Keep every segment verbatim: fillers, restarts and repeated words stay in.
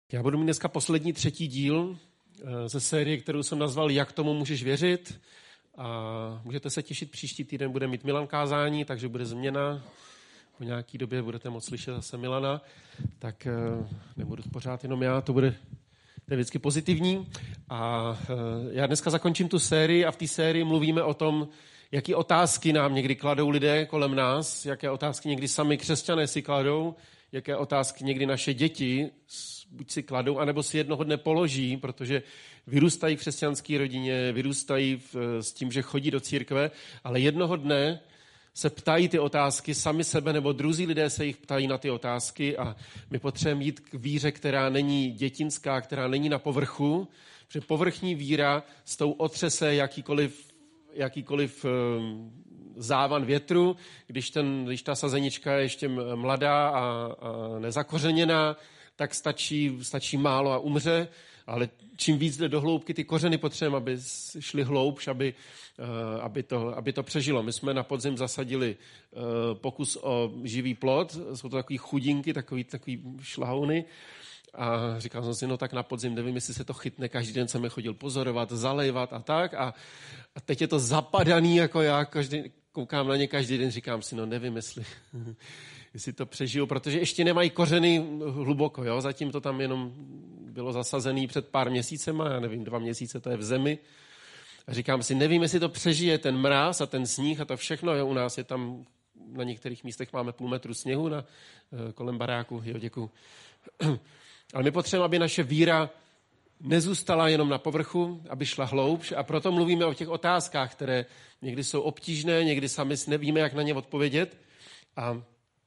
Já budu mít dneska poslední třetí díl ze série, kterou jsem nazval Jak tomu můžeš věřit. A můžete se těšit, příští týden bude mít Milan kázání, takže bude změna. Po nějaký době budete moct slyšet zase Milana, tak nebudu pořád jenom já, to bude to je vždycky pozitivní. A já dneska zakončím tu sérii a v té sérii mluvíme o tom, jaký otázky nám někdy kladou lidé kolem nás, jaké otázky někdy sami křesťané si kladou, jaké otázky někdy naše děti buď si kladou, anebo si jednoho dne položí, protože vyrůstají v křesťanské rodině, vyrůstají v, s tím, že chodí do církve, ale jednoho dne se ptají ty otázky sami sebe, nebo druzí lidé se jich ptají na ty otázky a my potřebujeme jít k víře, která není dětinská, která není na povrchu, protože povrchní víra s tou otřese jakýkoliv, jakýkoliv závan větru, když, ten, když ta sazenička je ještě mladá a, a nezakořeněná, tak stačí, stačí málo a umře, ale čím víc jde do hloubky, ty kořeny potřebujeme, aby šly hloubš, aby, aby, to, aby to přežilo. My jsme na podzim zasadili pokus o živý plod, jsou to takový chudinky, takový, takový šlahouny, a říkal jsem si, no tak na podzim, nevím, jestli se to chytne, každý den jsem je chodil pozorovat, zalejvat a tak a, a teď je to zapadaný, jako já každý, koukám na ně každý den, říkám si, no nevím, jestli, jestli to přežiju, protože ještě nemají kořeny hluboko, jo? Zatím to tam jenom bylo zasazený před pár měsícema, já nevím, dva měsíce to je v zemi a říkám si, nevím, jestli to přežije ten mráz a ten sníh a to všechno, jo? U nás je tam, na některých místech máme půl metru sněhu na, kolem baráku, jo, děkuju. Ale my potřebujeme, aby naše víra nezůstala jenom na povrchu, aby šla hloubš a proto mluvíme o těch otázkách, které někdy jsou obtížné, někdy sami nevíme, jak na ně odpovědět. A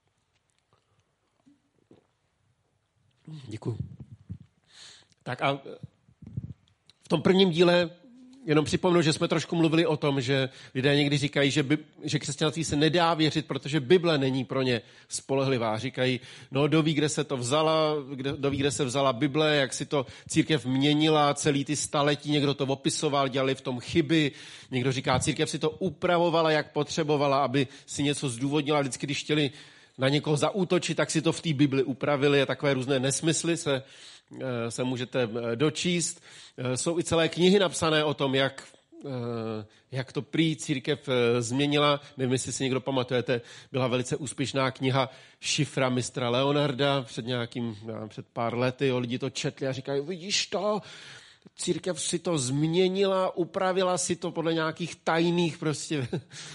děkuju. Tak a v tom prvním díle jenom připomenu, že jsme trošku mluvili o tom, že lidé někdy říkají, že, by, že křesťanství se nedá věřit, protože Bible není pro ně spolehlivá. Říkají, no kdo ví, kde se to vzala, kdo ví, kde se vzala Bible, jak si to církev měnila celý ty staletí, někdo to opisoval, dělali v tom chyby, někdo říká, církev si to upravovala, jak potřebovala, aby si něco zdůvodnila, vždycky, když chtěli na někoho zaútočit, tak si to v té Bibli upravili a takové různé nesmysly se se můžete dočíst. Jsou i celé knihy napsané o tom, jak, jak to prý církev změnila. Nevím, jestli si někdo pamatujete, byla velice úspěšná kniha Šifra mistra Leonarda před nějakým, nevím, před pár lety. Jo, lidi to četli a říkají, vidíš to, církev si to změnila, upravila si to podle nějakých tajných prostě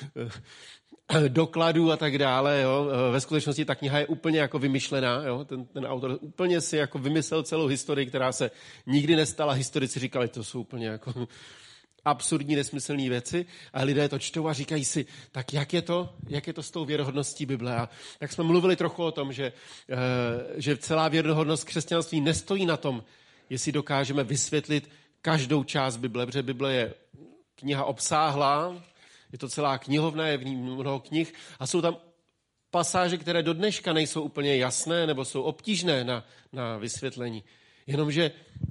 dokladů a tak dále. Jo. Ve skutečnosti ta kniha je úplně jako vymyšlená. Jo. Ten, ten autor úplně si jako vymyslel celou historii, která se nikdy nestala. Historici říkali, to jsou úplně jako absurdní, nesmyslné věci. A lidé to čtou a říkají si, tak jak je to, jak je to s tou věrohodností Bible? A tak jsme mluvili trochu o tom, že, že celá věrohodnost křesťanství nestojí na tom, jestli dokážeme vysvětlit každou část Bible, protože Bible je kniha obsáhlá, je to celá knihovna, je v ní mnoho knih a jsou tam pasáže, které do dneška nejsou úplně jasné nebo jsou obtížné na, na vysvětlení. Jenomže,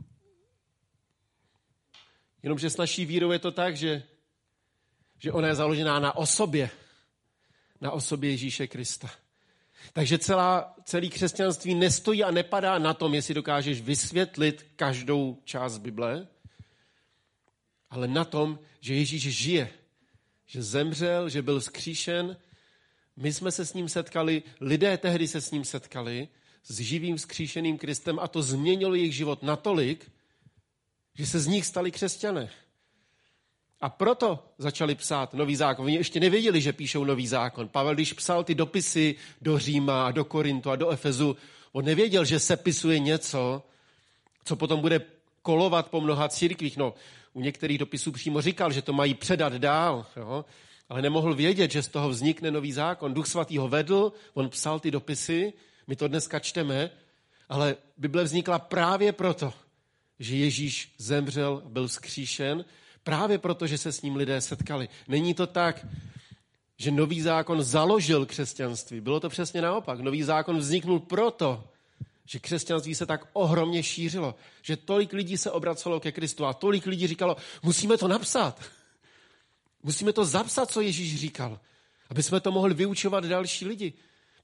jenomže s naší vírou je to tak, že, že ona je založená na osobě, na osobě Ježíše Krista. Takže celá, celý křesťanství nestojí a nepadá na tom, jestli dokážeš vysvětlit každou část Bible, ale na tom, že Ježíš žije, že zemřel, že byl vzkříšen. My jsme se s ním setkali, lidé tehdy se s ním setkali, s živým vzkříšeným Kristem a to změnilo jejich život natolik, že se z nich stali křesťané. A proto začali psát nový zákon. Oni ještě nevěděli, že píšou nový zákon. Pavel, když psal ty dopisy do Říma a do Korintu a do Efezu, on nevěděl, že sepisuje něco, co potom bude kolovat po mnoha církvích. No, u některých dopisů přímo říkal, že to mají předat dál, jo? Ale nemohl vědět, že z toho vznikne nový zákon. Duch svatý ho vedl, on psal ty dopisy, my to dneska čteme, ale Bible vznikla právě proto, že Ježíš zemřel, byl vzkříšen, právě proto, že se s ním lidé setkali. Není to tak, že nový zákon založil křesťanství. Bylo to přesně naopak. Nový zákon vzniknul proto, že křesťanství se tak ohromně šířilo, že tolik lidí se obracelo ke Kristu a tolik lidí říkalo, musíme to napsat. Musíme to zapsat, co Ježíš říkal, aby jsme to mohli vyučovat další lidi.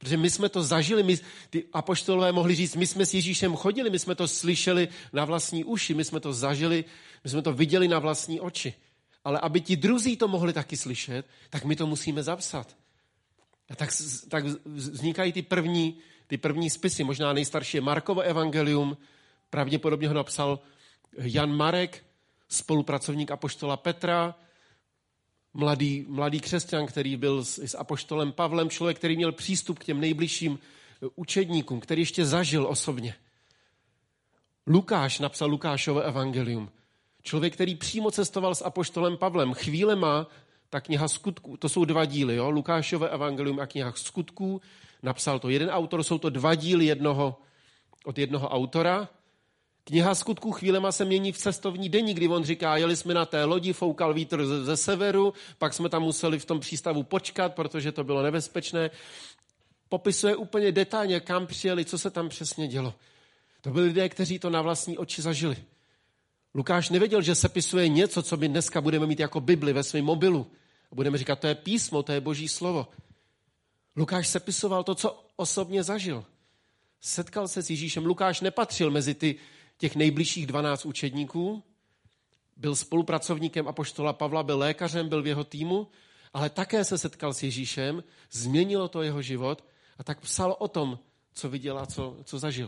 Protože my jsme to zažili, my, ty apoštolové mohli říct, my jsme s Ježíšem chodili, my jsme to slyšeli na vlastní uši, my jsme to zažili, my jsme to viděli na vlastní oči. Ale aby ti druzí to mohli taky slyšet, tak my to musíme zapsat. A tak, tak vznikají ty první, ty první spisy. Možná nejstarší je Markovo evangelium, pravděpodobně ho napsal Jan Marek, spolupracovník apoštola Petra, mladý, mladý křesťan, který byl s, s apoštolem Pavlem, člověk, který měl přístup k těm nejbližším učedníkům, který ještě zažil osobně. Lukáš napsal Lukášovo evangelium. Člověk, který přímo cestoval s apoštolem Pavlem. Chvílema ta kniha Skutků, to jsou dva díly, jo? Lukášovo evangelium a kniha Skutků. Napsal to jeden autor, jsou to dva díly jednoho, od jednoho autora. Kniha Skutků chvílema se mění v cestovní deník, kdy on říká, jeli jsme na té lodi, foukal vítr ze, ze severu, pak jsme tam museli v tom přístavu počkat, protože to bylo nebezpečné. Popisuje úplně detailně, kam přijeli, co se tam přesně dělo. To byli lidé, kteří to na vlastní oči zažili. Lukáš nevěděl, že sepisuje něco, co my dneska budeme mít jako Bibli ve svém mobilu. A budeme říkat, to je písmo, to je Boží slovo. Lukáš sepisoval to, co osobně zažil. Setkal se s Ježíšem. Lukáš nepatřil mezi ty, těch nejbližších dvanáct učedníků. Byl spolupracovníkem apoštola Pavla, byl lékařem, byl v jeho týmu, ale také se setkal s Ježíšem, změnilo to jeho život a tak psal o tom, co viděl a co, co zažil.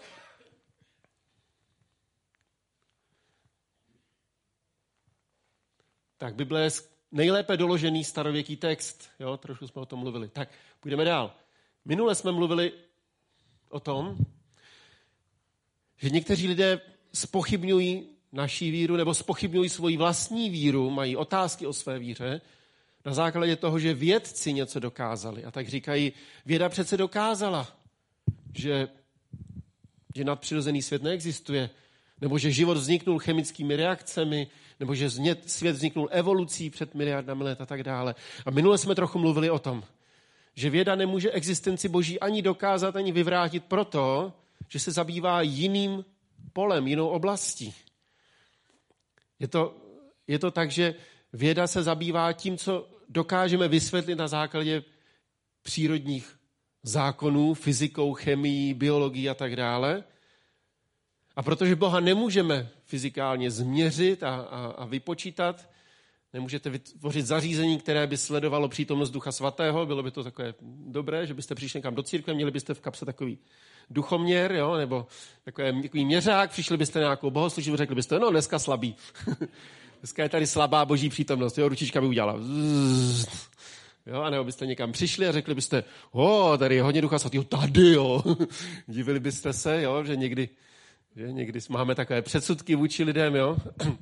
Tak Bible je nejlépe doložený starověký text. Jo, trošku jsme o tom mluvili. Tak, půjdeme dál. Minule jsme mluvili o tom, že někteří lidé zpochybňují naší víru nebo zpochybňují svoji vlastní víru, mají otázky o své víře na základě toho, že vědci něco dokázali. A tak říkají, věda přece dokázala, že, že nadpřirozený svět neexistuje, nebo že život vzniknul chemickými reakcemi, nebo že svět vzniknul evolucí před miliardami let a tak dále. A minule jsme trochu mluvili o tom, že věda nemůže existenci Boží ani dokázat, ani vyvrátit proto, že se zabývá jiným polem, jinou oblastí. Je to, je to tak, že věda se zabývá tím, co dokážeme vysvětlit na základě přírodních zákonů, fyzikou, chemií, biologií a tak dále. A protože Boha nemůžeme fyzikálně změřit a, a, a vypočítat, nemůžete vytvořit zařízení, které by sledovalo přítomnost Ducha Svatého, bylo by to takové dobré, že byste přišli někam do církve, měli byste v kapse takový duchoměr, jo, nebo takový, takový měřák, přišli byste na nějakou bohoslužbu, řekli byste, no dneska slabý. Dneska je tady slabá Boží přítomnost, jo, ručička by udělala. Jo, a nebo byste někam přišli a řekli byste, o, tady je hodně Ducha Svatého, tady, jo. Divili byste se, jo, že někdy, že někdy máme takové předsudky vůči lidem, jo.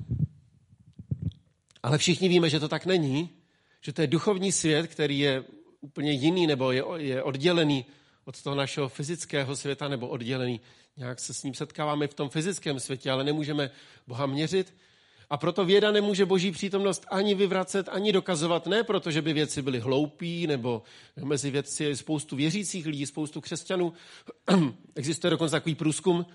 Ale všichni víme, že to tak není, že to je duchovní svět, který je úplně jiný nebo je, je oddělený od toho našeho fyzického světa nebo oddělený. Nějak se s ním setkáváme v tom fyzickém světě, ale nemůžeme Boha měřit. A proto věda nemůže Boží přítomnost ani vyvracet, ani dokazovat. Ne proto, že by věci byly hloupí, nebo mezi vědci je spoustu věřících lidí, spoustu křesťanů. Existuje dokonce takový průzkum.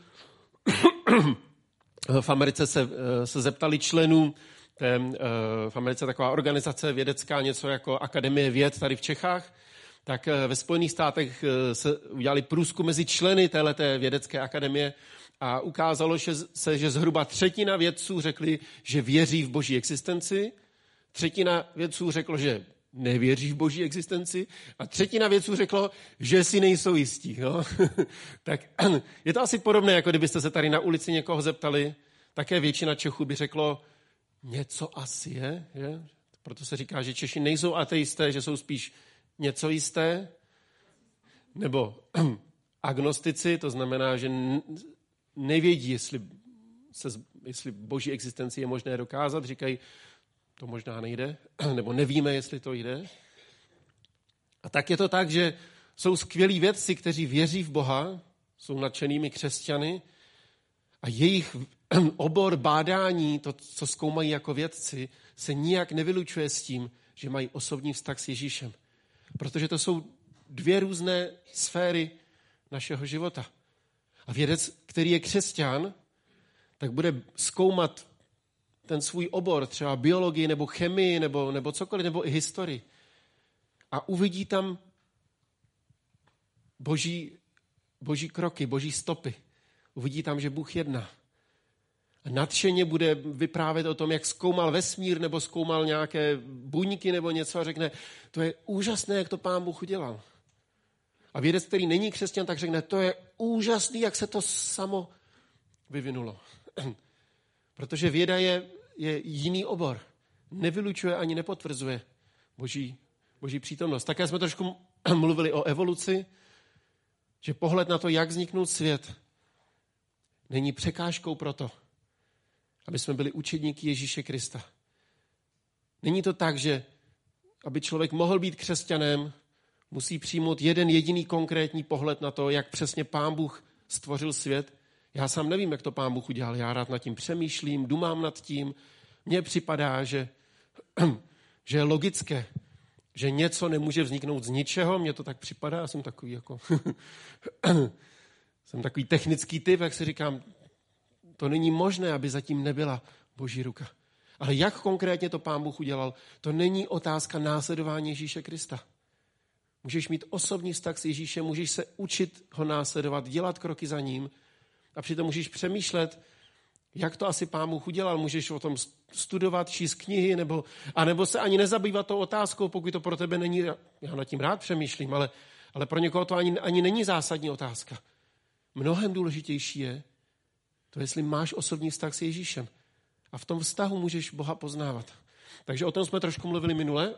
V Americe se, se zeptali členů té, v Americe taková organizace vědecká, něco jako Akademie věd tady v Čechách, tak ve Spojených státech se udělali průzkum mezi členy téhleté vědecké akademie a ukázalo se, že zhruba třetina vědců řekli, že věří v Boží existenci, třetina vědců řeklo, že nevěří v Boží existenci a třetina vědců řeklo, že si nejsou jistí. No? Tak je to asi podobné, jako kdybyste se tady na ulici někoho zeptali, také většina Čechů by řeklo, něco asi je, že? Proto se říká, že Češi nejsou ateisté, že jsou spíš něco jisté, nebo agnostici, to znamená, že nevědí, jestli, se, jestli Boží existenci je možné dokázat, říkají, to možná nejde, nebo nevíme, jestli to jde. A tak je to tak, že jsou skvělí vědci, kteří věří v Boha, jsou nadšenými křesťany a jejich obor bádání, to, co zkoumají jako vědci, se nijak nevylučuje s tím, že mají osobní vztah s Ježíšem. Protože to jsou dvě různé sféry našeho života. A vědec, který je křesťan, tak bude zkoumat ten svůj obor, třeba biologii nebo chemii nebo, nebo cokoliv, nebo i historii. A uvidí tam boží, boží kroky, boží stopy. Uvidí tam, že Bůh jedná. A nadšeně bude vyprávět o tom, jak zkoumal vesmír nebo zkoumal nějaké buňky nebo něco a řekne, to je úžasné, jak to Pán Bůh udělal. A vědec, který není křesťan, tak řekne, to je úžasný, jak se to samo vyvinulo. Protože věda je, je jiný obor. Nevylučuje ani nepotvrzuje boží, boží přítomnost. Také jsme trošku mluvili o evoluci, že pohled na to, jak vzniknul svět, není překážkou pro to, aby jsme byli učedníky Ježíše Krista. Není to tak, že aby člověk mohl být křesťanem, musí přijmout jeden jediný konkrétní pohled na to, jak přesně Pán Bůh stvořil svět. Já sám nevím, jak to Pán Bůh udělal. Já rád nad tím přemýšlím, dumám nad tím. Mně připadá, že, že je logické, že něco nemůže vzniknout z ničeho. Mně to tak připadá. Já jsem takový jako... jsem takový technický typ, jak si říkám, to není možné, aby zatím nebyla Boží ruka. Ale jak konkrétně to Pán Bůh udělal, to není otázka následování Ježíše Krista. Můžeš mít osobní vztah s Ježíšem, můžeš se učit ho následovat, dělat kroky za ním a přitom můžeš přemýšlet, jak to asi Pán Bůh udělal. Můžeš o tom studovat, číst knihy, nebo, anebo se ani nezabývat tou otázkou, pokud to pro tebe není, já nad tím rád přemýšlím, ale, ale pro někoho to ani, ani není zásadní otázka. Mnohem důležitější je to, jestli máš osobní vztah s Ježíšem. A v tom vztahu můžeš Boha poznávat. Takže o tom jsme trošku mluvili minule.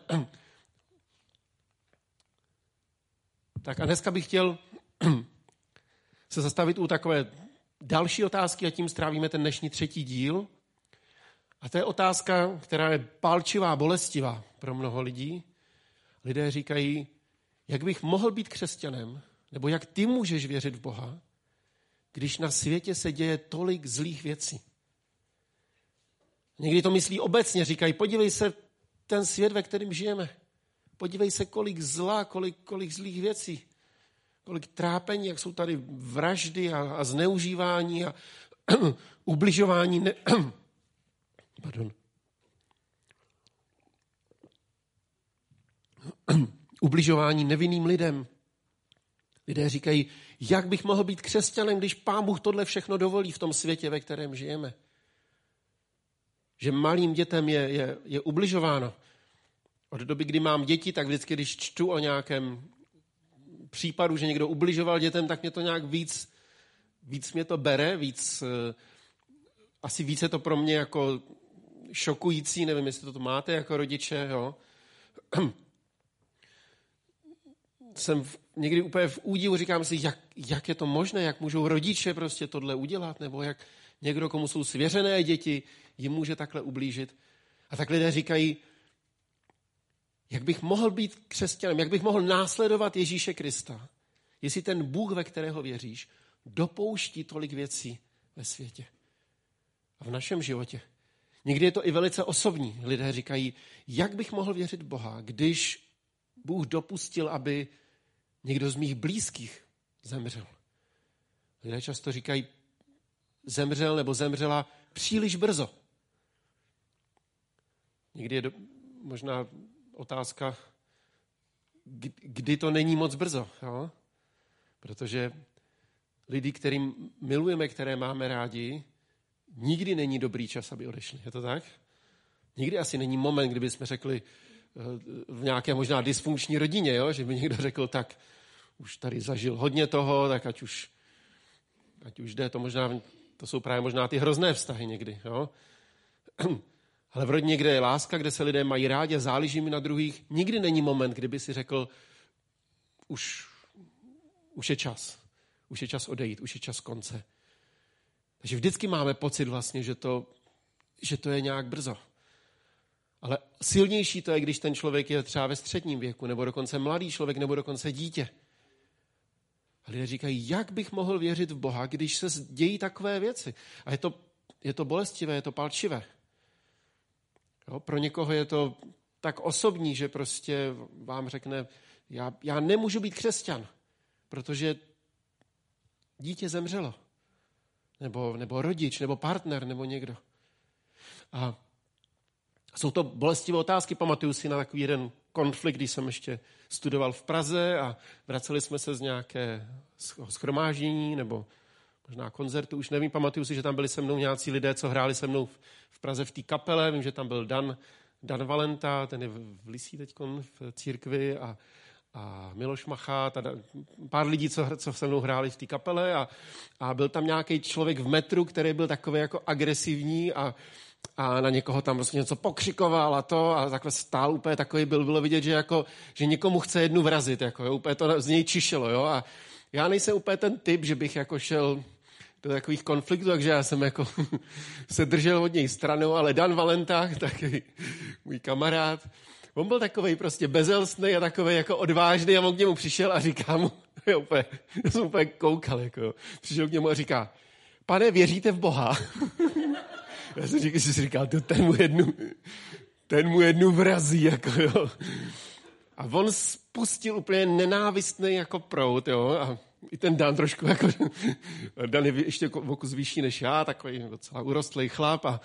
Tak a dneska bych chtěl se zastavit u takové další otázky a tím strávíme ten dnešní třetí díl. A to je otázka, která je palčivá, bolestivá pro mnoho lidí. Lidé říkají, jak bych mohl být křesťanem, nebo jak ty můžeš věřit v Boha, když na světě se děje tolik zlých věcí. Někdy to myslí obecně, říkají, podívej se ten svět, ve kterém žijeme. Podívej se, kolik zla, kolik, kolik zlých věcí, kolik trápení, jak jsou tady vraždy a, a zneužívání a ubližování. Ne... Pardon. Ubližování nevinným lidem. Lidé říkají, jak bych mohl být křesťanem, když Pán Bůh tohle všechno dovolí v tom světě, ve kterém žijeme. Že malým dětem je, je, je ubližováno. Od doby, kdy mám děti, tak vždycky, když čtu o nějakém případu, že někdo ubližoval dětem, tak mě to nějak víc, víc mě to bere, víc, asi víc je to pro mě jako šokující, nevím, jestli to máte jako rodiče, jo. Jsem v, někdy úplně v údivu, říkám si, jak, jak je to možné, jak můžou rodiče prostě tohle udělat, nebo jak někdo, komu jsou svěřené děti, jim může takhle ublížit. A tak lidé říkají, jak bych mohl být křesťanem, jak bych mohl následovat Ježíše Krista, jestli ten Bůh, ve kterého věříš, dopouští tolik věcí ve světě a v našem životě. Někdy je to i velice osobní. Lidé říkají, jak bych mohl věřit Boha, když Bůh dopustil, aby někdo z mých blízkých zemřel. Lidé často říkají, zemřel nebo zemřela příliš brzo. Někdy je do, možná otázka, kdy to není moc brzo. Jo? Protože lidi, kterým milujeme, které máme rádi, nikdy není dobrý čas, aby odešli. Je to tak? Nikdy asi není moment, kdyby jsme řekli v nějaké možná dysfunkční rodině, jo? Že by někdo řekl, tak už tady zažil hodně toho, tak ať už, ať už jde, to možná, to jsou právě možná ty hrozné vztahy někdy. Jo? Ale v rodině, kde je láska, kde se lidé mají rádi a záleží mi na druhých, nikdy není moment, kdyby si řekl, už, už je čas. Už je čas odejít, už je čas konce. Takže vždycky máme pocit vlastně, že to, že to je nějak brzo. Ale silnější to je, když ten člověk je třeba ve středním věku, nebo dokonce mladý člověk, nebo dokonce dítě. A lidé říkají, jak bych mohl věřit v Boha, když se dějí takové věci. A je to, je to bolestivé, je to palčivé. Jo, pro někoho je to tak osobní, že prostě vám řekne, já, já nemůžu být křesťan, protože dítě zemřelo. Nebo, nebo rodič, nebo partner, nebo někdo. A jsou to bolestivé otázky. Pamatuju si na takový jeden konflikt, když jsem ještě studoval v Praze a vraceli jsme se z nějaké shromáždění nebo možná koncertu, už nevím, pamatuju si, že tam byli se mnou nějací lidé, co hráli se mnou v Praze v té kapele, vím, že tam byl Dan, Dan Valenta, ten je v Lisí teďkon v církvi a, a Miloš Macha, tada, pár lidí, co, co se mnou hráli v té kapele a, a byl tam nějaký člověk v metru, který byl takový jako agresivní a, a na někoho tam prostě něco pokřikoval a to a takhle stál úplně takový, byl, bylo vidět, že, jako, že někomu chce jednu vrazit, jako, jo, úplně to z něj čišelo, jo, a já nejsem úplně ten typ, že bych jako šel do takových konfliktů, takže já jsem jako se držel od něj stranou, ale Dan Valenta, taky můj kamarád, on byl takovej prostě bezelstnej a takovej jako odvážný a on k němu přišel a říká mu, já, úplně, já jsem úplně koukal, jako, přišel k němu a říká, pane, věříte v Boha? Já jsem říkal, že si říkal, ten mu jednu, ten mu jednu vrazí, jako jo. A on spustil úplně nenávistný jako proud, jo, a i ten Dan trošku jako, Dan je ještě o kus vyšší než já, takový docela urostlý chlap a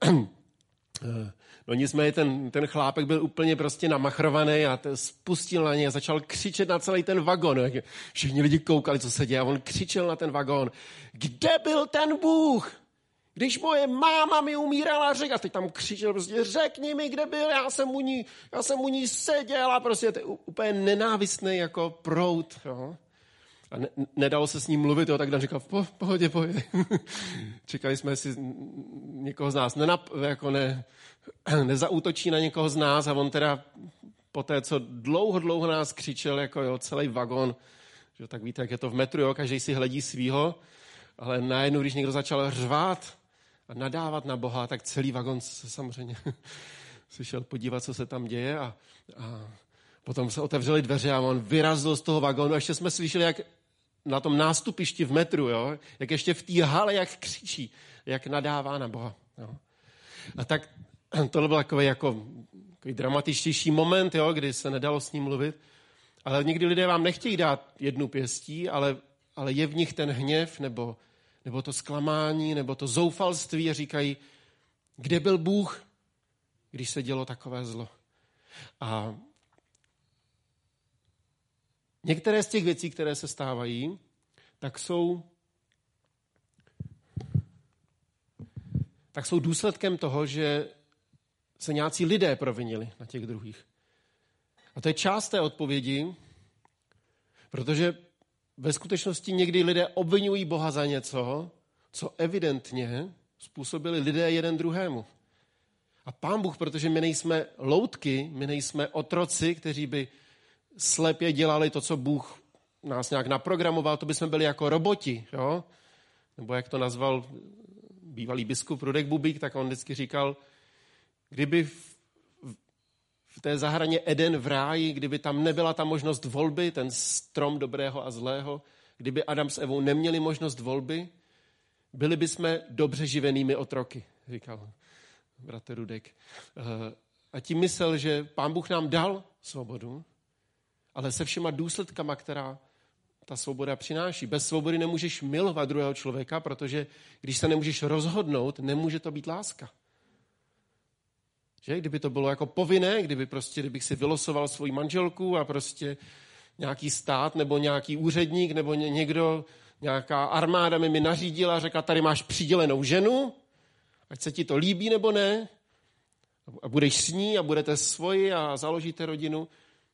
no nicméně ten, ten chlápek byl úplně prostě namachrovaný a ten spustil na něj a začal křičet na celý ten vagon. Všichni lidi koukali, co se děje a on křičel na ten vagon. Kde byl ten Bůh? Když moje máma mi umírala, řek, a teď tam křičel prostě, řekni mi, kde byl, já jsem u ní, já jsem u ní seděl a prostě to je úplně nenávistný jako proud, jo. A ne, nedalo se s ním mluvit, jo, tak Dan říkal, po, pohodě, pohodě. Čekali jsme, jestli někoho z nás nenap, jako ne, nezaútočí na někoho z nás a on teda po té, co dlouho, dlouho nás křičel, jako jo, celý vagon, že, tak víte, jak je to v metru, jo, každý si hledí svýho, ale najednou, když někdo začal řvát a nadávat na Boha, tak celý vagon se samozřejmě si šel podívat, co se tam děje a, a potom se otevřely dveře a on vyrazil z toho vagonu a ještě jsme slyšeli, jak na tom nástupišti v metru, jo, jak ještě v té hale, jak křičí, jak nadává na Boha. Jo. A tak tohle byl takový jako takový dramatičtější moment, jo, kdy se nedalo s ním mluvit. Ale někdy lidé vám nechtějí dát jednu pěstí, ale, ale je v nich ten hněv, nebo, nebo to zklamání, nebo to zoufalství a říkají, kde byl Bůh, když se dělo takové zlo. A některé z těch věcí, které se stávají, tak jsou, tak jsou důsledkem toho, že se nějací lidé provinili na těch druhých. A to je část té odpovědi, protože ve skutečnosti někdy lidé obvinují Boha za něco, co evidentně způsobili lidé jeden druhému. A Pán Bůh, protože my nejsme loutky, my nejsme otroci, kteří by slepě dělali to, co Bůh nás nějak naprogramoval, to by jsme byli jako roboti, jo? Nebo jak to nazval bývalý biskup Rudek Bubík, tak on vždycky říkal, kdyby v, v té zahraně Eden v ráji, kdyby tam nebyla ta možnost volby, ten strom dobrého a zlého, kdyby Adam s Evou neměli možnost volby, byli bychom dobře živenými otroky, říkal bratr Rudek. A tím myslel, že Pán Bůh nám dal svobodu, ale se všema důsledkama, která ta svoboda přináší. Bez svobody nemůžeš milovat druhého člověka, protože když se nemůžeš rozhodnout, nemůže to být láska. Že? Kdyby to bylo jako povinné, kdyby prostě, kdybych si vylosoval svoji manželku a prostě nějaký stát nebo nějaký úředník nebo někdo, nějaká armáda mi, mi nařídila a řekla, tady máš přidělenou ženu, ať se ti to líbí nebo ne, a budeš s ní a budete svoji a založíte rodinu.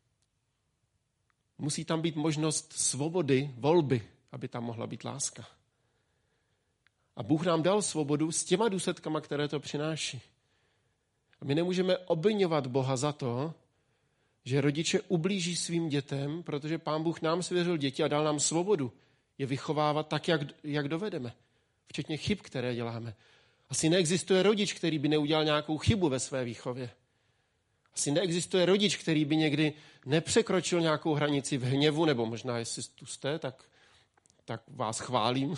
Musí tam být možnost svobody, volby, aby tam mohla být láska. A Bůh nám dal svobodu s těma důsledkama, které to přináší. A my nemůžeme obviňovat Boha za to, že rodiče ublíží svým dětem, protože Pán Bůh nám svěřil děti a dal nám svobodu je vychovávat tak, jak, jak dovedeme. Včetně chyb, které děláme. Asi neexistuje rodič, který by neudělal nějakou chybu ve své výchově. Asi neexistuje rodič, který by někdy nepřekročil nějakou hranici v hněvu, nebo možná, jestli tu jste, tak, tak vás chválím.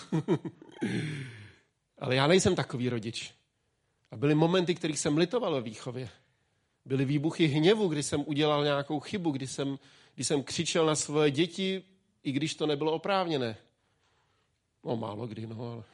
Ale já nejsem takový rodič. A byly momenty, kterých jsem litoval ve výchově. Byly výbuchy hněvu, kdy jsem udělal nějakou chybu, kdy jsem, kdy jsem křičel na svoje děti, i když to nebylo oprávněné. No, málo kdy, no, ale...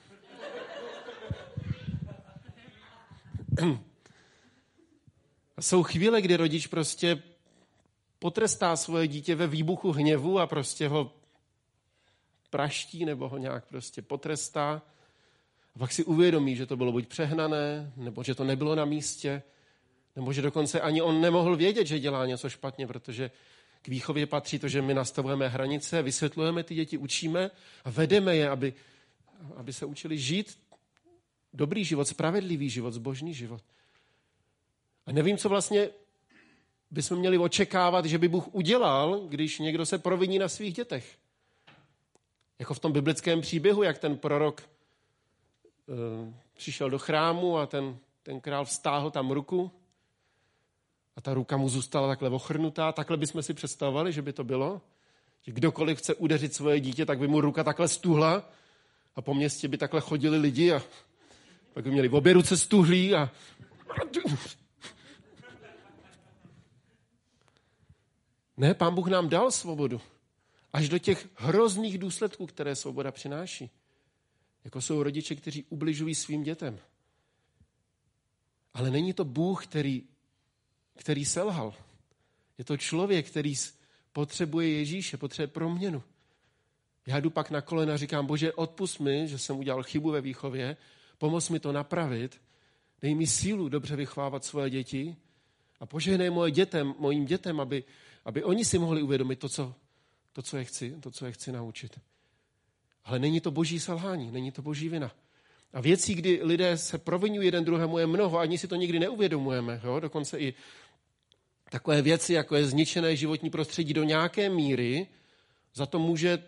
A jsou chvíle, kdy rodič prostě potrestá svoje dítě ve výbuchu hněvu a prostě ho praští nebo ho nějak prostě potrestá. A pak si uvědomí, že to bylo buď přehnané, nebo že to nebylo na místě, nebo že dokonce ani on nemohl vědět, že dělá něco špatně, protože k výchově patří to, že my nastavujeme hranice, vysvětlujeme ty děti, učíme a vedeme je, aby, aby se učili žít dobrý život, spravedlivý život, zbožný život. A nevím, co vlastně bychom měli očekávat, že by Bůh udělal, když někdo se proviní na svých dětech. Jako v tom biblickém příběhu, jak ten prorok e, přišel do chrámu a ten, ten král vztáhl tam ruku a ta ruka mu zůstala takhle ochrnutá. Takhle bychom si představovali, že by to bylo. Že kdokoliv chce udeřit svoje dítě, tak by mu ruka takhle stuhla a po městě by takhle chodili lidi a pak by měli obě ruce stuhlí a ne, Pán Bůh nám dal svobodu. Až do těch hrozných důsledků, které svoboda přináší. Jako jsou rodiče, kteří ubližují svým dětem. Ale není to Bůh, který, který selhal. Je to člověk, který potřebuje Ježíše, potřebuje proměnu. Já jdu pak na kolena a říkám, Bože, odpusť mi, že jsem udělal chybu ve výchově, pomoz mi to napravit, dej mi sílu dobře vychovávat svoje děti a požehnej moje dětem, mojím dětem, aby, aby oni si mohli uvědomit to co, to, co je chci, to, co je chci naučit. Ale není to boží selhání, není to boží vina. A věcí, kdy lidé se provinují jeden druhému, je mnoho, ani si to nikdy neuvědomujeme. Jo? Dokonce i takové věci, jako je zničené životní prostředí do nějaké míry, za to může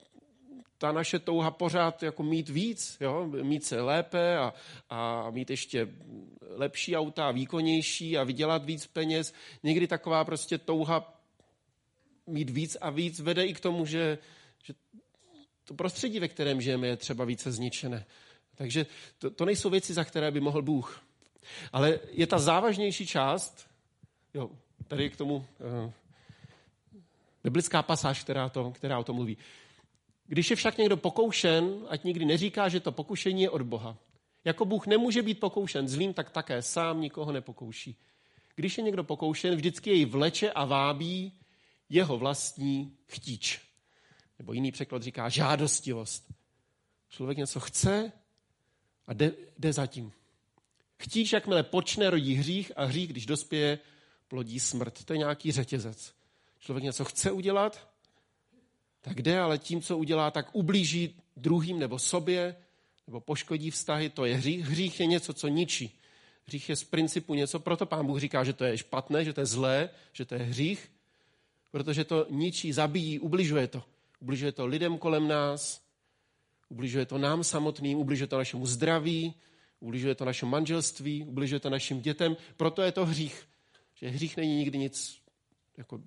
ta naše touha pořád jako mít víc, jo? Mít se lépe a, a mít ještě lepší auta, výkonnější a vydělat víc peněz. Někdy taková prostě touha mít víc a víc vede i k tomu, že, že to prostředí, ve kterém žijeme, je třeba více zničené. Takže to, to nejsou věci, za které by mohl Bůh. Ale je ta závažnější část, jo, tady k tomu uh, biblická pasáž, která, to, která o tom mluví. Když je však někdo pokoušen, ať nikdy neříká, že to pokušení je od Boha. Jako Bůh nemůže být pokoušen zlým, tak také sám nikoho nepokouší. Když je někdo pokoušen, vždycky jej vleče a vábí jeho vlastní chtíč. Nebo jiný překlad říká žádostivost. Člověk něco chce a jde, jde za tím. Chtíč, jakmile počne, rodí hřích a hřích, když dospěje, plodí smrt. To je nějaký řetězec. Člověk něco chce udělat, tak jde, ale tím, co udělá, tak ublíží druhým nebo sobě, nebo poškodí vztahy, to je hřích. Hřích je něco, co ničí. Hřích je z principu něco, proto Pán Bůh říká, že to je špatné, že to je zlé, že to je hřích, protože to ničí, zabíjí, ubližuje to. Ubližuje to lidem kolem nás, ubližuje to nám samotným, ubližuje to našemu zdraví, ubližuje to našemu manželství, ubližuje to našim dětem, proto je to hřích. Že hřích není nikdy nic, jako,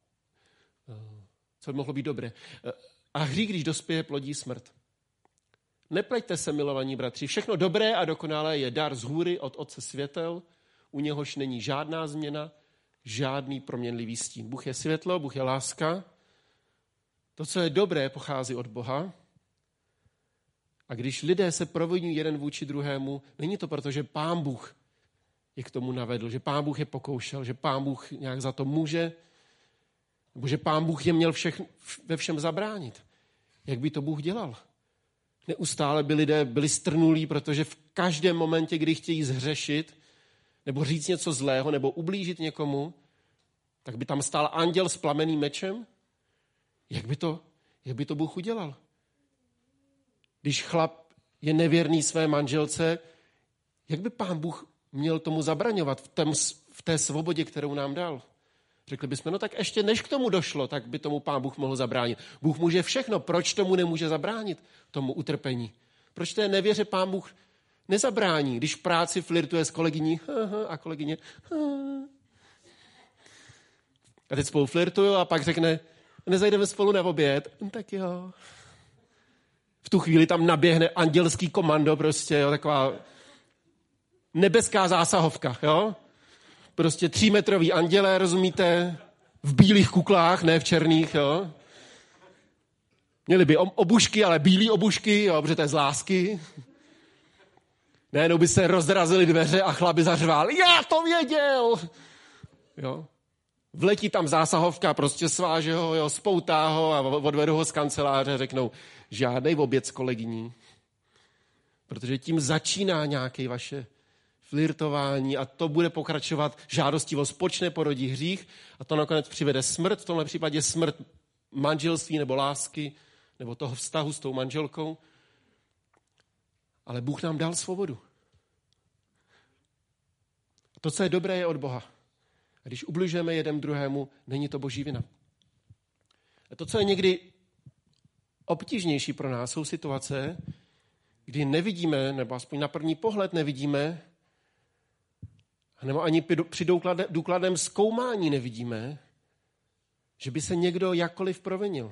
co by mohlo být dobré. A hřích, když dospěje, plodí smrt. Nepleťte se, milovaní bratři, všechno dobré a dokonalé je dar z hůry od Otce světel, u něhož není žádná změna, žádný proměnlivý stín. Bůh je světlo, Bůh je láska. To, co je dobré, pochází od Boha. A když lidé se provinují jeden vůči druhému, není to proto, že Pán Bůh je k tomu navedl, že Pán Bůh je pokoušel, že Pán Bůh nějak za to může, nebo že Pán Bůh je měl všech, ve všem zabránit. Jak by to Bůh dělal? Neustále by lidé byli strnulí, protože v každém momentě, kdy chtějí zhřešit, nebo říct něco zlého, nebo ublížit někomu, tak by tam stál anděl s plameným mečem? Jak by to, jak by to Bůh udělal? Když chlap je nevěrný své manželce, jak by Pán Bůh měl tomu zabraňovat v, tém, v té svobodě, kterou nám dal? Řekli bychom, no tak ještě než k tomu došlo, tak by tomu Pán Bůh mohl zabránit. Bůh může všechno, proč tomu nemůže zabránit, tomu utrpení? Proč té nevěře Pán Bůh nezabrání, když v práci flirtuje s kolegyní a kolegyně a teď spolu flirtují a pak řekne, nezajdeme spolu na oběd? Tak jo. V tu chvíli tam naběhne andělský komando, prostě, jo, taková nebeská zásahovka, jo? Prostě třímetrový andělé, rozumíte? V bílých kuklách, ne v černých, jo? Měli by obušky, ale bílý obušky, jo, protože to je z lásky. Najednou by se rozrazily dveře a chlap by zařval, já to věděl! Jo? Vletí tam zásahovka, prostě sváže ho, jo, spoutá ho a odvedu ho z kanceláře a řeknou, žádnej oběd s kolegyní. Protože tím začíná nějaké vaše flirtování a to bude pokračovat, žádostivost počne, porodí hřích a to nakonec přivede smrt, v tomhle případě smrt manželství nebo lásky, nebo toho vztahu s tou manželkou. Ale Bůh nám dal svobodu. To, co je dobré, je od Boha. A když ubližujeme jeden druhému, není to boží vina. A to, co je někdy obtížnější pro nás, jsou situace, kdy nevidíme, nebo aspoň na první pohled nevidíme, nebo ani při důkladném zkoumání nevidíme, že by se někdo jakkoliv provinil.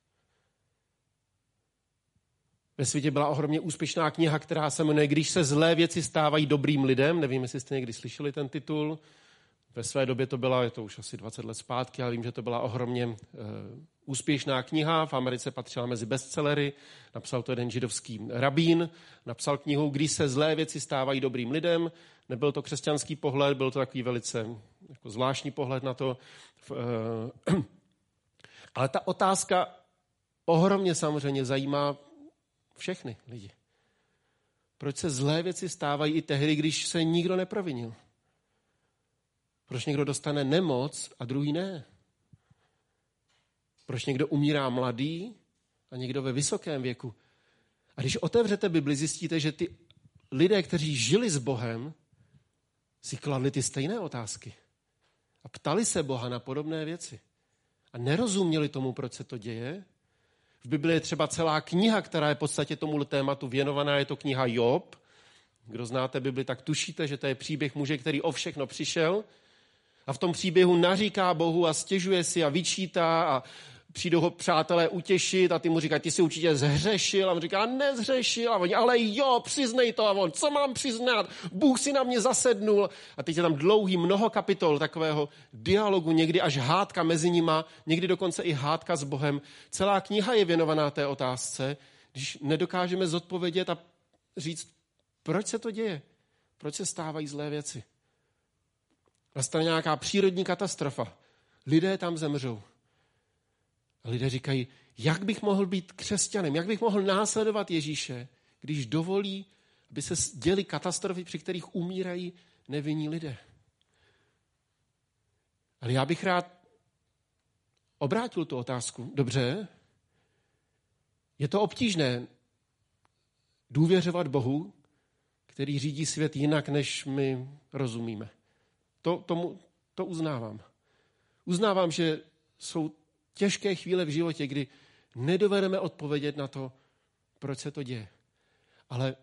Ve světě byla ohromně úspěšná kniha, která se jmenuje Když se zlé věci stávají dobrým lidem. Nevím, jestli jste někdy slyšeli ten titul. Ve své době to byla, je to už asi dvacet let zpátky, ale vím, že to byla ohromně e, úspěšná kniha. V Americe patřila mezi bestsellery. Napsal to jeden židovský rabín. Napsal knihu Když se zlé věci stávají dobrým lidem. Nebyl to křesťanský pohled, byl to takový velice jako zvláštní pohled na to. E, ale ta otázka ohromně samozřejmě zajímá všechny lidi. Proč se zlé věci stávají i tehdy, když se nikdo neprovinil? Proč někdo dostane nemoc a druhý ne? Proč někdo umírá mladý a někdo ve vysokém věku? A když otevřete Bibli, zjistíte, že ty lidé, kteří žili s Bohem, si kladli ty stejné otázky. A ptali se Boha na podobné věci. A nerozuměli tomu, proč se to děje. V Bibli je třeba celá kniha, která je v podstatě tomu tématu věnovaná, je to kniha Job. Kdo znáte Bibli, tak tušíte, že to je příběh muže, který o všechno přišel a v tom příběhu naříká Bohu a stěžuje si a vyčítá a přijdou ho přátelé utěšit a ty mu říkají, ty jsi určitě zhřešil a on říká, nezhřešil a oni, ale jo, přiznej to a on, co mám přiznat, Bůh si na mě zasednul a teď je tam dlouhý mnoho kapitol takového dialogu, někdy až hádka mezi nima, někdy dokonce i hádka s Bohem. Celá kniha je věnovaná té otázce, když nedokážeme zodpovědět a říct, proč se to děje, proč se stávají zlé věci. Nastane nějaká přírodní katastrofa, lidé tam zemřou. A lidé říkají, jak bych mohl být křesťanem, jak bych mohl následovat Ježíše, když dovolí, aby se děly katastrofy, při kterých umírají nevinní lidé. Ale já bych rád obrátil tu otázku. Dobře, je to obtížné důvěřovat Bohu, který řídí svět jinak, než my rozumíme. To, tomu, to uznávám. Uznávám, že jsou těžké chvíle v životě, kdy nedovedeme odpovědět na to, proč se to děje. Ale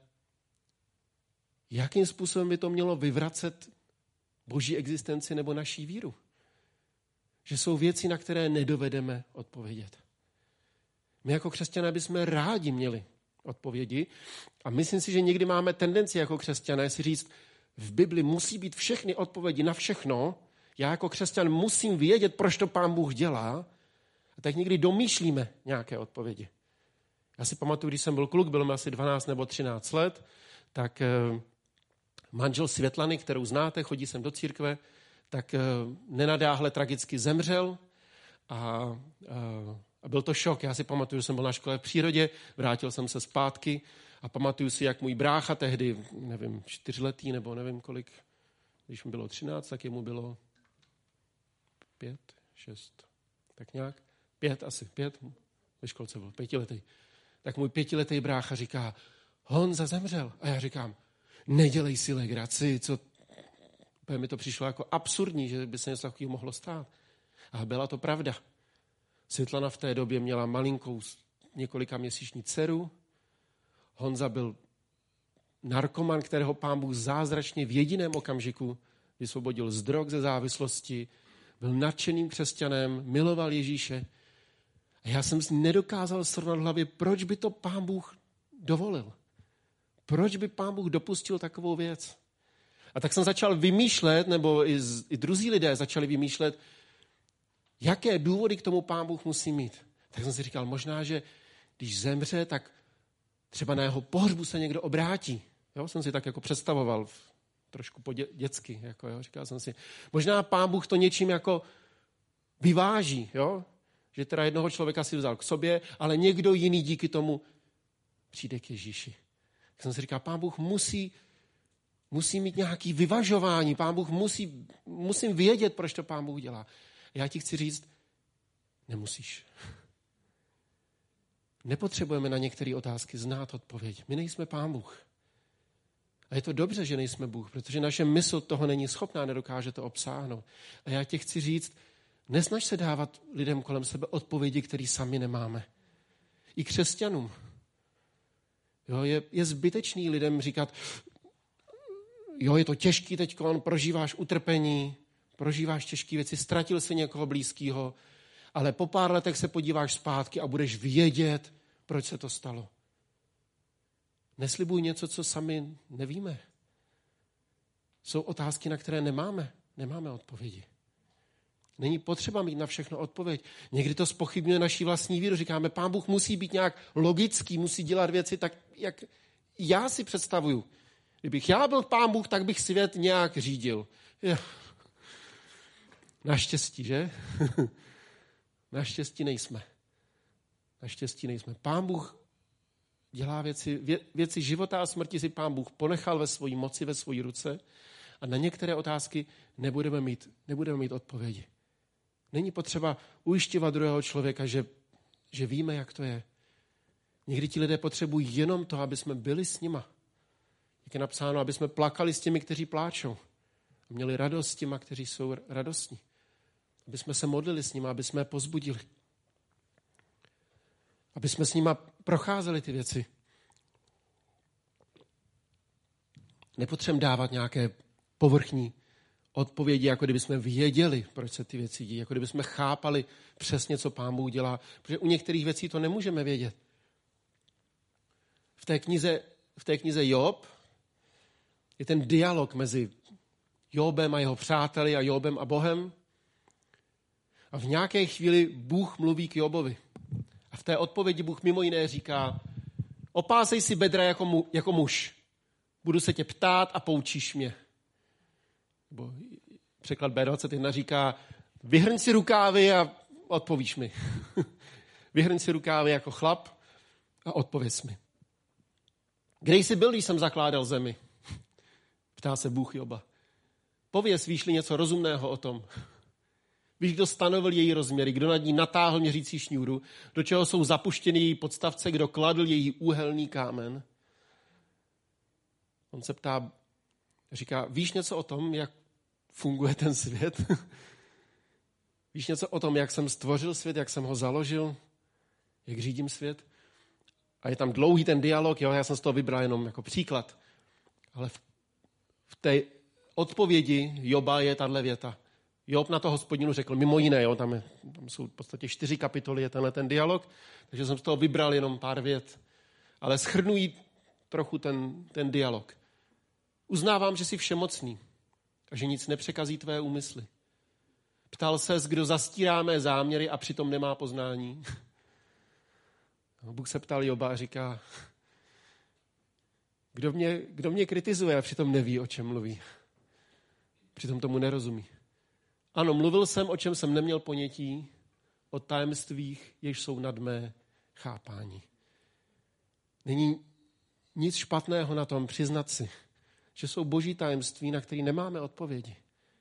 jakým způsobem by to mělo vyvracet boží existenci nebo naší víru? Že jsou věci, na které nedovedeme odpovědět. My jako křesťané bychom rádi měli odpovědi a myslím si, že někdy máme tendenci jako křesťané si říct, v Bibli musí být všechny odpovědi na všechno, já jako křesťan musím vědět, proč to Pán Bůh dělá, a tak někdy domýšlíme nějaké odpovědi. Já si pamatuju, když jsem byl kluk, byl mi asi dvanáct nebo třináct let, tak manžel Světlany, kterou znáte, chodí sem do církve, tak nenadáhle tragicky zemřel a, a byl to šok. Já si pamatuju, že jsem byl na škole v přírodě, vrátil jsem se zpátky a pamatuju si, jak můj brácha tehdy, nevím, čtyřletý nebo nevím kolik, když mu bylo třináct, tak jemu bylo pět, šest, tak nějak. Pět asi, pět, ve školce byl pětiletý. Tak můj pětiletý brácha říká, Honza zemřel. A já říkám, nedělej si legraci, co... Úplně mi to přišlo jako absurdní, že by se něco takového mohlo stát. A byla to pravda. Světlana v té době měla malinkou několika měsíční dceru. Honza byl narkoman, kterého Pán Bůh zázračně v jediném okamžiku vysvobodil z drog, ze závislosti, byl nadšeným křesťanem, miloval Ježíše. A já jsem si nedokázal srovnat v hlavě, proč by to Pán Bůh dovolil. Proč by Pán Bůh dopustil takovou věc. A tak jsem začal vymýšlet, nebo i, z, i druzí lidé začali vymýšlet, jaké důvody k tomu Pán Bůh musí mít. Tak jsem si říkal, možná, že když zemře, tak třeba na jeho pohřbu se někdo obrátí. Jo, jsem si tak jako představoval, trošku po dě, dětsky. Jako, jo, říkal jsem si, možná Pán Bůh to něčím jako vyváží, jo? Že teda jednoho člověka si vzal k sobě, ale někdo jiný díky tomu přijde k Ježíši. Tak jsem si říkal, Pán Bůh musí, musí mít nějaké vyvažování, Pán Bůh musí, musím vědět, proč to Pán Bůh dělá. Já ti chci říct, nemusíš. Nepotřebujeme na některé otázky znát odpověď. My nejsme Pán Bůh. A je to dobře, že nejsme Bůh, protože naše mysl toho není schopná, nedokáže to obsáhnout. A já ti chci říct, nesnaž se dávat lidem kolem sebe odpovědi, které sami nemáme. I křesťanům. Jo, je, je zbytečný lidem říkat, jo, je to těžký teďkon, prožíváš utrpení, prožíváš těžké věci, ztratil si někoho blízkého, ale po pár letech se podíváš zpátky a budeš vědět, proč se to stalo. Neslibuj něco, co sami nevíme. Jsou otázky, na které nemáme, nemáme odpovědi. Není potřeba mít na všechno odpověď. Někdy to zpochybňuje naší vlastní víru. Říkáme, Pán Bůh musí být nějak logický, musí dělat věci tak, jak já si představuju. Kdybych já byl Pán Bůh, tak bych svět nějak řídil. Naštěstí, že? Naštěstí nejsme. Naštěstí nejsme. Pán Bůh dělá věci, vě, věci života a smrti si Pán Bůh ponechal ve své moci, ve své ruce a na některé otázky nebudeme mít, nebudeme mít odpovědi. Není potřeba ujišťovat druhého člověka, že, že víme, jak to je. Někdy ti lidé potřebují jenom to, aby jsme byli s nima. Jak je napsáno, aby jsme plakali s těmi, kteří pláčou. A měli radost s těma, kteří jsou radostní. Aby jsme se modlili s nima, aby jsme je pozbudili. Aby jsme s nima procházeli ty věci. Nepotřebujeme dávat nějaké povrchní odpovědi, jako kdyby jsme věděli, proč se ty věci dějí, jako kdyby jsme chápali přesně, co Pán Bůh dělá, protože u některých věcí to nemůžeme vědět. V té knize, v té knize Job je ten dialog mezi Jobem a jeho přáteli a Jobem a Bohem. A v nějaké chvíli Bůh mluví k Jobovi. A v té odpovědi Bůh mimo jiné říká, opásej si bedra jako, mu, jako muž. Budu se tě ptát a poučíš mě. Nebo překlad bé dvacet jedna říká, vyhrň si rukávy a odpovíš mi. Vyhrň si rukávy jako chlap a odpověz mi. Kde jsi byl, když jsem zakládal zemi? Ptá se Bůh Joba. Pověz, víš-li něco rozumného o tom. Víš, kdo stanovil její rozměry, kdo nad ní natáhl měřící šňůru, do čeho jsou zapuštěny její podstavce, kdo kladl její úhelný kámen. On se ptá, říká, víš něco o tom, jak funguje ten svět? Víš něco o tom, jak jsem stvořil svět, jak jsem ho založil, jak řídím svět? A je tam dlouhý ten dialog, jo, já jsem z toho vybral jenom jako příklad. Ale v, v té odpovědi Joba je tahle věta. Job na to Hospodinu řekl, mimo jiné, jo, tam, je, tam jsou v podstatě čtyři kapitoly, je tenhle ten dialog, takže jsem z toho vybral jenom pár vět. Ale shrnují trochu ten, ten dialog. Uznávám, že jsi všemocný a že nic nepřekazí tvé úmysly. Ptal ses, kdo zastírá mé záměry a přitom nemá poznání. Bůh se ptal Joba a říká, kdo mě, kdo mě kritizuje a přitom neví, o čem mluví. Přitom tomu nerozumí. Ano, mluvil jsem, o čem jsem neměl ponětí, o tajemstvích, jež jsou nad mé chápání. Není nic špatného na tom přiznat si, že jsou boží tajemství, na které nemáme odpovědi.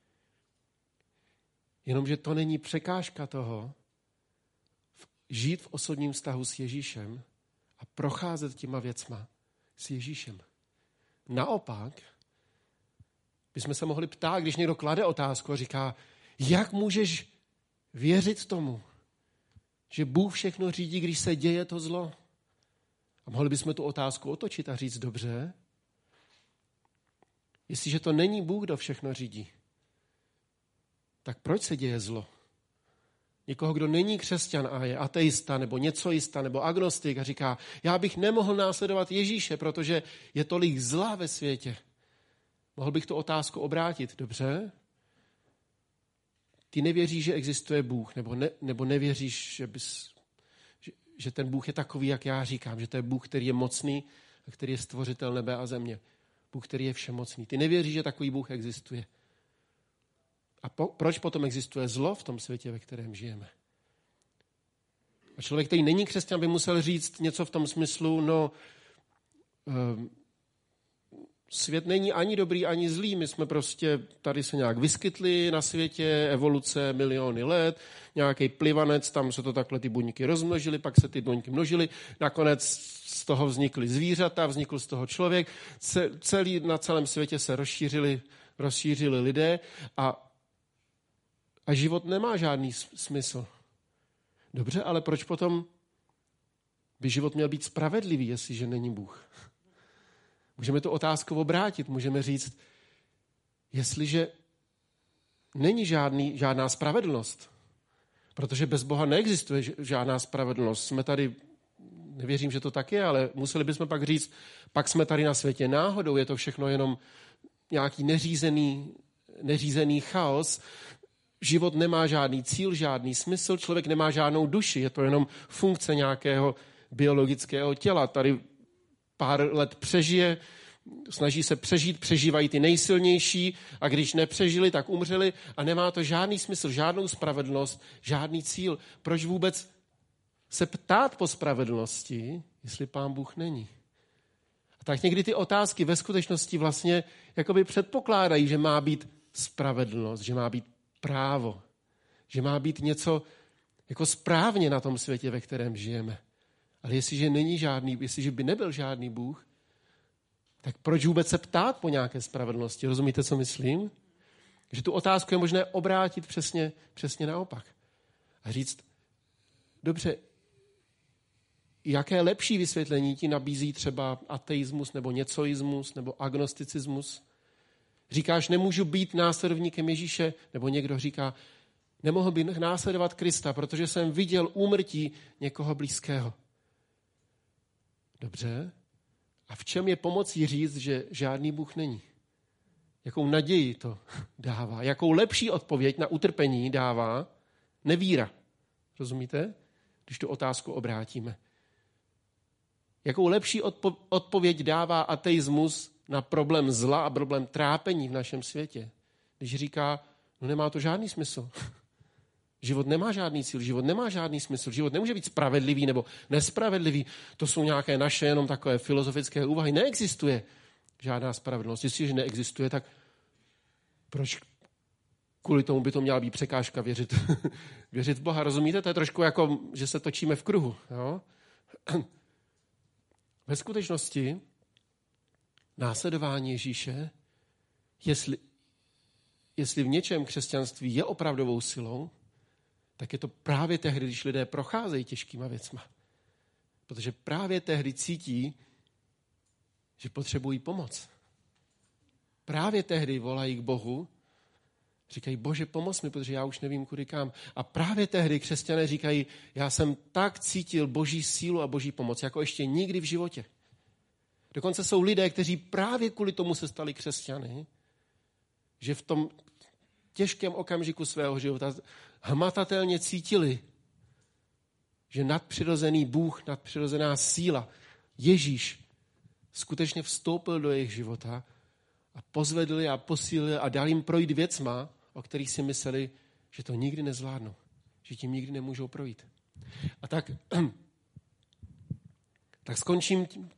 Jenomže to není překážka toho, žít v osobním vztahu s Ježíšem a procházet těma věcma s Ježíšem. Naopak, bychom se mohli ptát, když někdo klade otázku a říká, jak můžeš věřit tomu, že Bůh všechno řídí, když se děje to zlo? A mohli bychom tu otázku otočit a říct, dobře, jestliže to není Bůh, kdo všechno řídí, tak proč se děje zlo? Někoho, kdo není křesťan a je ateista, nebo něcoista, nebo agnostik a říká, já bych nemohl následovat Ježíše, protože je tolik zla ve světě. Mohl bych tu otázku obrátit, dobře? Ty nevěříš, že existuje Bůh, nebo, ne, nebo nevěříš, že, bys, že, že ten Bůh je takový, jak já říkám, že to je Bůh, který je mocný a který je stvořitel nebe a země. Bůh, který je všemocný. Ty nevěříš, že takový Bůh existuje. A po, proč potom existuje zlo v tom světě, ve kterém žijeme? A člověk, který není křesťan, by musel říct něco v tom smyslu, no, um, svět není ani dobrý, ani zlý. My jsme prostě tady se nějak vyskytli na světě, evoluce miliony let, nějaký plivanec, tam se to takhle ty buňky rozmnožily, pak se ty buňky množily, nakonec z toho vznikly zvířata, vznikl z toho člověk, celý, na celém světě se rozšířili, rozšířili lidé a, a život nemá žádný smysl. Dobře, ale proč potom by život měl být spravedlivý, jestliže není Bůh? Můžeme tu otázku obrátit, můžeme říct, jestliže není žádný, žádná spravedlnost, protože bez Boha neexistuje žádná spravedlnost. Jsme tady, nevěřím, že to tak je, ale museli bychom pak říct, pak jsme tady na světě náhodou, je to všechno jenom nějaký neřízený, neřízený chaos. Život nemá žádný cíl, žádný smysl, člověk nemá žádnou duši, je to jenom funkce nějakého biologického těla. Tady pár let přežije, snaží se přežít, přežívají ty nejsilnější a když nepřežili, tak umřeli a nemá to žádný smysl, žádnou spravedlnost, žádný cíl. Proč vůbec se ptát po spravedlnosti, jestli Pán Bůh není? A tak někdy ty otázky ve skutečnosti vlastně jakoby předpokládají, že má být spravedlnost, že má být právo, že má být něco jako správně na tom světě, ve kterém žijeme. Ale jestliže není žádný, jestliže by nebyl žádný Bůh, tak proč vůbec se ptát po nějaké spravedlnosti? Rozumíte, co myslím? Že tu otázku je možné obrátit přesně, přesně naopak. A říct, dobře, jaké lepší vysvětlení ti nabízí třeba ateismus nebo něcoismus nebo agnosticismus? Říkáš, nemůžu být následovníkem Ježíše, nebo někdo říká, nemohl bych následovat Krista, protože jsem viděl úmrtí někoho blízkého. Dobře. A v čem je pomocí říct, že žádný Bůh není? Jakou naději to dává? Jakou lepší odpověď na utrpení dává nevíra? Rozumíte? Když tu otázku obrátíme. Jakou lepší odpo- odpověď dává ateismus na problém zla a problém trápení v našem světě? Když říká, no nemá to žádný smysl. Život nemá žádný cíl, život nemá žádný smysl, život nemůže být spravedlivý nebo nespravedlivý. To jsou nějaké naše jenom takové filozofické úvahy. Neexistuje žádná spravedlnost. Jestliže neexistuje, tak proč kvůli tomu by to měla být překážka věřit, věřit v Boha? Rozumíte? To je trošku jako, že se točíme v kruhu. Jo? Ve skutečnosti následování Ježíše, jestli, jestli v něčem křesťanství je opravdovou silou, tak je to právě tehdy, když lidé procházejí těžkýma věcma. Protože právě tehdy cítí, že potřebují pomoc. Právě tehdy volají k Bohu, říkají, Bože, pomoz mi, protože já už nevím, kudy kam. A právě tehdy křesťané říkají, já jsem tak cítil Boží sílu a Boží pomoc, jako ještě nikdy v životě. Dokonce jsou lidé, kteří právě kvůli tomu se stali křesťany, že v tom těžkém okamžiku svého života hmatatelně cítili, že nadpřirozený Bůh, nadpřirozená síla, Ježíš, skutečně vstoupil do jejich života a pozvedl je a posílil a dal jim projít věcma, o kterých si mysleli, že to nikdy nezvládnou, že tím nikdy nemůžou projít. A tak, tak skončím tím,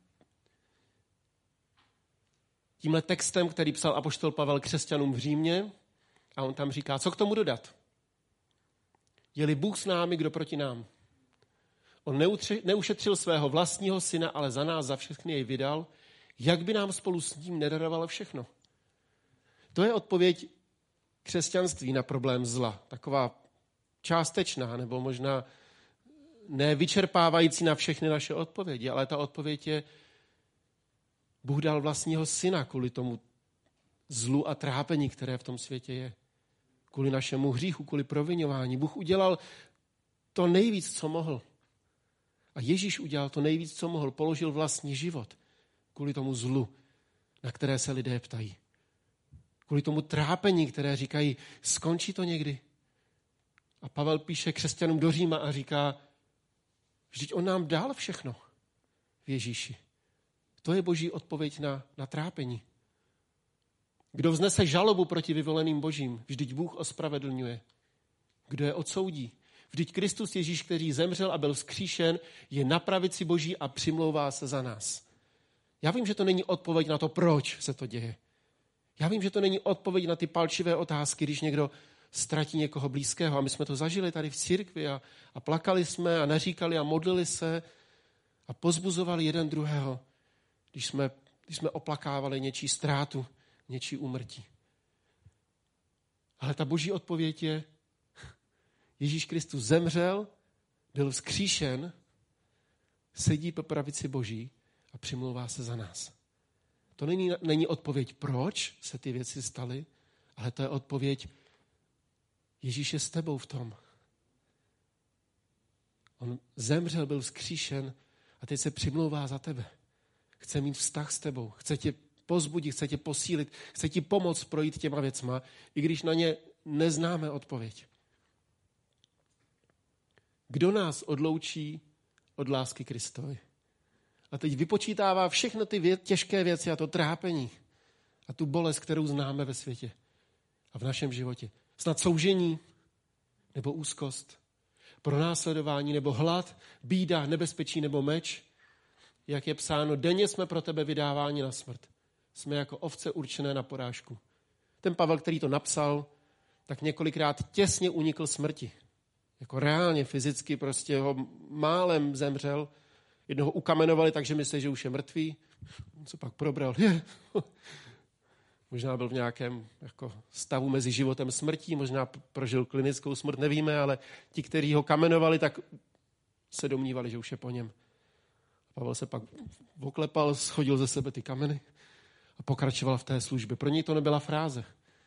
tímhle textem, který psal apoštol Pavel křesťanům v Římě, a on tam říká, co k tomu dodat? Je-li Bůh s námi, kdo proti nám? On neutři, neušetřil svého vlastního syna, ale za nás, za všechny jej vydal. Jak by nám spolu s ním nedaroval všechno? To je odpověď křesťanství na problém zla. Taková částečná, nebo možná nevyčerpávající na všechny naše odpovědi, ale ta odpověď je, Bůh dal vlastního syna kvůli tomu zlu a trápení, které v tom světě je. Kvůli našemu hříchu, kvůli proviňování. Bůh udělal to nejvíc, co mohl. A Ježíš udělal to nejvíc, co mohl. Položil vlastní život kvůli tomu zlu, na které se lidé ptají. Kvůli tomu trápení, které říkají, skončí to někdy. A Pavel píše křesťanům do Říma a říká, vždyť on nám dal všechno v Ježíši. To je Boží odpověď na, na trápení. Kdo vznese žalobu proti vyvoleným božím, vždyť Bůh ospravedlňuje. Kdo je odsoudí? Vždyť Kristus Ježíš, který zemřel a byl vzkříšen, je na pravici boží a přimlouvá se za nás. Já vím, že to není odpověď na to, proč se to děje. Já vím, že to není odpověď na ty palčivé otázky, když někdo ztratí někoho blízkého. A my jsme to zažili tady v církvi a, a plakali jsme a neříkali a modlili se a pozbuzovali jeden druhého, když jsme, když jsme oplakávali něčí ztrátu, něčí úmrtí. Ale ta boží odpověď je, Ježíš Kristus zemřel, byl vzkříšen, sedí po pravici boží a přimlouvá se za nás. To není, není odpověď, proč se ty věci staly, ale to je odpověď, Ježíš je s tebou v tom. On zemřel, byl vzkříšen a teď se přimlouvá za tebe. Chce mít vztah s tebou, chce tě pozbudit, chce tě posílit, chce ti pomoct projít těma věcma, i když na ně neznáme odpověď. Kdo nás odloučí od lásky Kristovi? A teď vypočítává všechny ty vě- těžké věci a to trápení a tu bolest, kterou známe ve světě a v našem životě. Snad soužení nebo úzkost, pronásledování nebo hlad, bída, nebezpečí nebo meč. Jak je psáno, denně jsme pro tebe vydáváni na smrt. Jsme jako ovce určené na porážku. Ten Pavel, který to napsal, tak několikrát těsně unikl smrti. Jako reálně, fyzicky prostě ho málem zemřel. Jednoho ukamenovali, takže mysleli, že už je mrtvý. On se pak probral. Je. Možná byl v nějakém jako stavu mezi životem a smrtí, možná prožil klinickou smrt, nevíme, ale ti, kteří ho kamenovali, tak se domnívali, že už je po něm. Pavel se pak oklepal, schodil ze sebe ty kameny a pokračoval v té službě. Pro něj to nebyla fráze.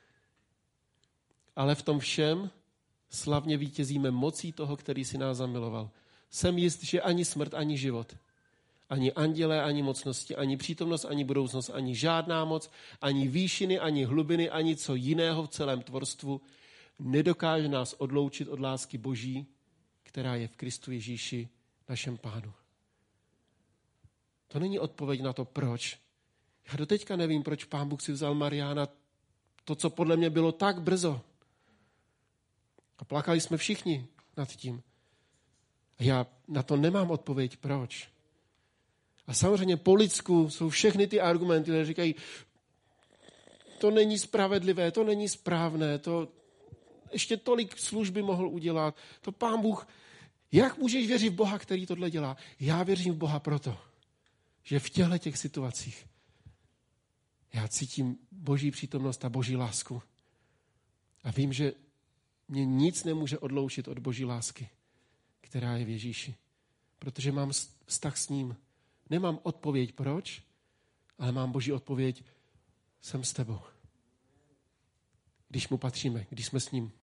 Ale v tom všem slavně vítězíme mocí toho, který si nás zamiloval. Jsem jist, že ani smrt, ani život, ani andělé, ani mocnosti, ani přítomnost, ani budoucnost, ani žádná moc, ani výšiny, ani hlubiny, ani co jiného v celém tvorstvu nedokáže nás odloučit od lásky Boží, která je v Kristu Ježíši, našem Pánu. To není odpověď na to, proč. Já doteďka nevím, proč Pán Bůh si vzal Mariána, to, co podle mě bylo tak brzo. A plakali jsme všichni nad tím. A já na to nemám odpověď, proč. A samozřejmě po lidsku jsou všechny ty argumenty, které říkají, to není spravedlivé, to není správné, to ještě tolik služby mohl udělat. To Pán Bůh, jak můžeš věřit v Boha, který tohle dělá? Já věřím v Boha proto, že v těchto těch situacích já cítím Boží přítomnost a Boží lásku. A vím, že mě nic nemůže odloučit od Boží lásky, která je v Ježíši. Protože mám vztah s ním. Nemám odpověď proč, ale mám Boží odpověď, jsem s tebou. Když mu patříme, když jsme s ním